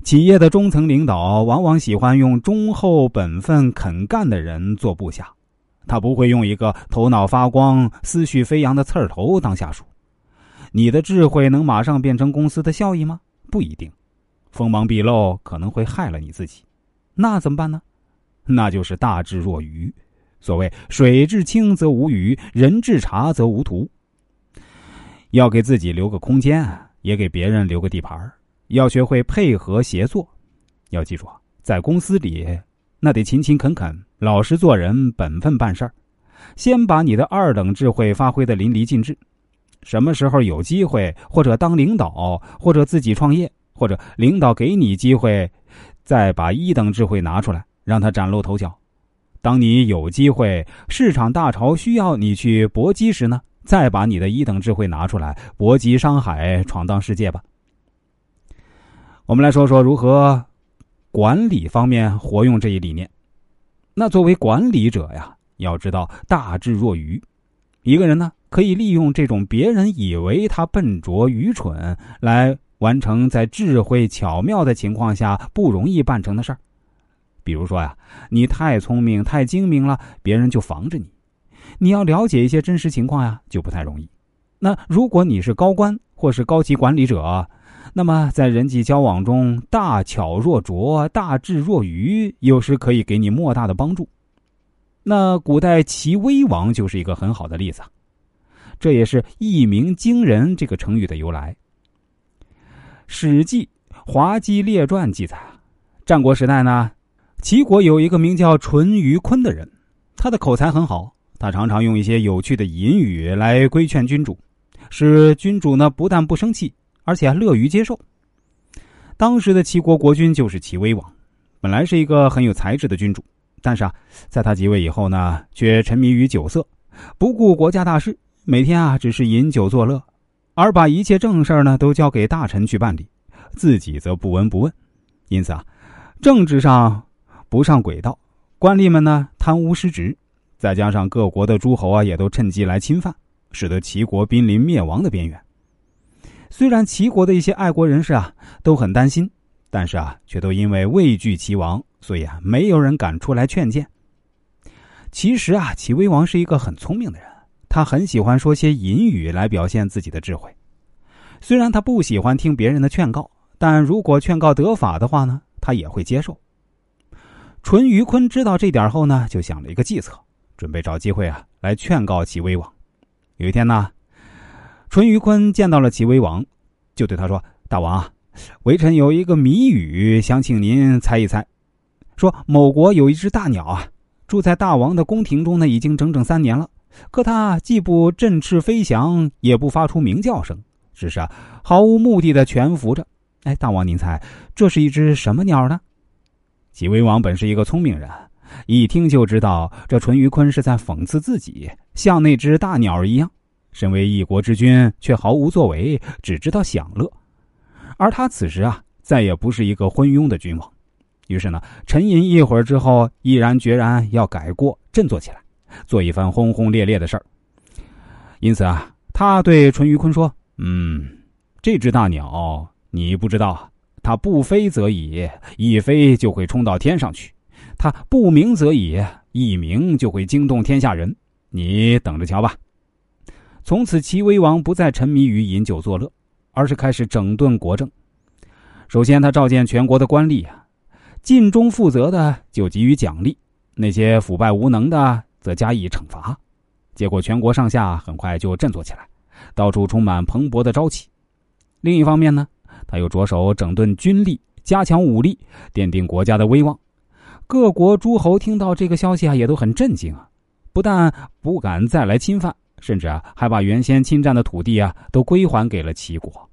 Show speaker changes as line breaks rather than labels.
企业的中层领导往往喜欢用忠厚本分肯干的人做部下，他不会用一个头脑发光思绪飞扬的刺儿头当下属。你的智慧能马上变成公司的效益吗？不一定，锋芒毕露可能会害了你自己。那怎么办呢？那就是大智若愚。所谓水至清则无鱼，人至察则无徒。要给自己留个空间，也给别人留个地盘，要学会配合协作。要记住，在公司里那得勤勤恳恳，老实做人，本分办事儿。先把你的二等智慧发挥得淋漓尽致。什么时候有机会，或者当领导，或者自己创业，或者领导给你机会，再把一等智慧拿出来，让它崭露头角。当你有机会，市场大潮需要你去搏击时呢，再把你的一等智慧拿出来，搏击商海，闯荡世界吧。我们来说说如何管理方面活用这一理念。那作为管理者呀，要知道大智若愚。一个人呢，可以利用这种别人以为他笨拙愚蠢，来完成在智慧巧妙的情况下不容易办成的事儿。比如说呀，你太聪明太精明了，别人就防着你。你要了解一些真实情况呀，就不太容易。那如果你是高官或是高级管理者，那么在人际交往中，大巧若拙，大智若愚，有时可以给你莫大的帮助。那古代齐威王就是一个很好的例子，这也是一鸣惊人这个成语的由来。史记滑稽列传记载，战国时代呢，齐国有一个名叫淳于髡的人，他的口才很好，他常常用一些有趣的隐语来规劝君主，使君主呢不但不生气，而且还乐于接受。当时的齐国国君就是齐威王，本来是一个很有才智的君主，但是在他即位以后呢，却沉迷于酒色，不顾国家大事，每天只是饮酒作乐，而把一切正事呢都交给大臣去办理，自己则不闻不问。因此政治上不上轨道，官吏们呢贪污失职，再加上各国的诸侯也都趁机来侵犯，使得齐国濒临灭亡的边缘。虽然齐国的一些爱国人士都很担心，但是却都因为畏惧齐王，所以没有人敢出来劝谏。其实齐威王是一个很聪明的人，他很喜欢说些隐语来表现自己的智慧。虽然他不喜欢听别人的劝告，但如果劝告得法的话呢，他也会接受。淳于髡知道这点后呢，就想了一个计策，准备找机会来劝告齐威王。有一天呢，淳于髡见到了齐威王，就对他说：大王，微臣有一个谜语，想请您猜一猜。说某国有一只大鸟住在大王的宫廷中呢，已经整整3年了，可它既不振翅飞翔，也不发出鸣叫声，只是毫无目的的蜷伏着。大王您猜这是一只什么鸟呢？齐威王本是一个聪明人，一听就知道这淳于髡是在讽刺自己，像那只大鸟一样，身为一国之君却毫无作为，只知道享乐。而他此时再也不是一个昏庸的君王，于是呢，沉吟一会儿之后，毅然决然要改过，振作起来，做一番轰轰烈烈的事儿。因此他对淳于髡说：这只大鸟你不知道，它不飞则已，一飞就会冲到天上去；它不鸣则已，一鸣就会惊动天下人。你等着瞧吧。从此齐威王不再沉迷于饮酒作乐，而是开始整顿国政。首先他召见全国的官吏尽忠负责的就给予奖励，那些腐败无能的则加以惩罚。结果全国上下很快就振作起来，到处充满蓬勃的朝气。另一方面呢，他又着手整顿军力，加强武力，奠定国家的威望。各国诸侯听到这个消息也都很震惊不但不敢再来侵犯，甚至还把原先侵占的土地都归还给了齐国。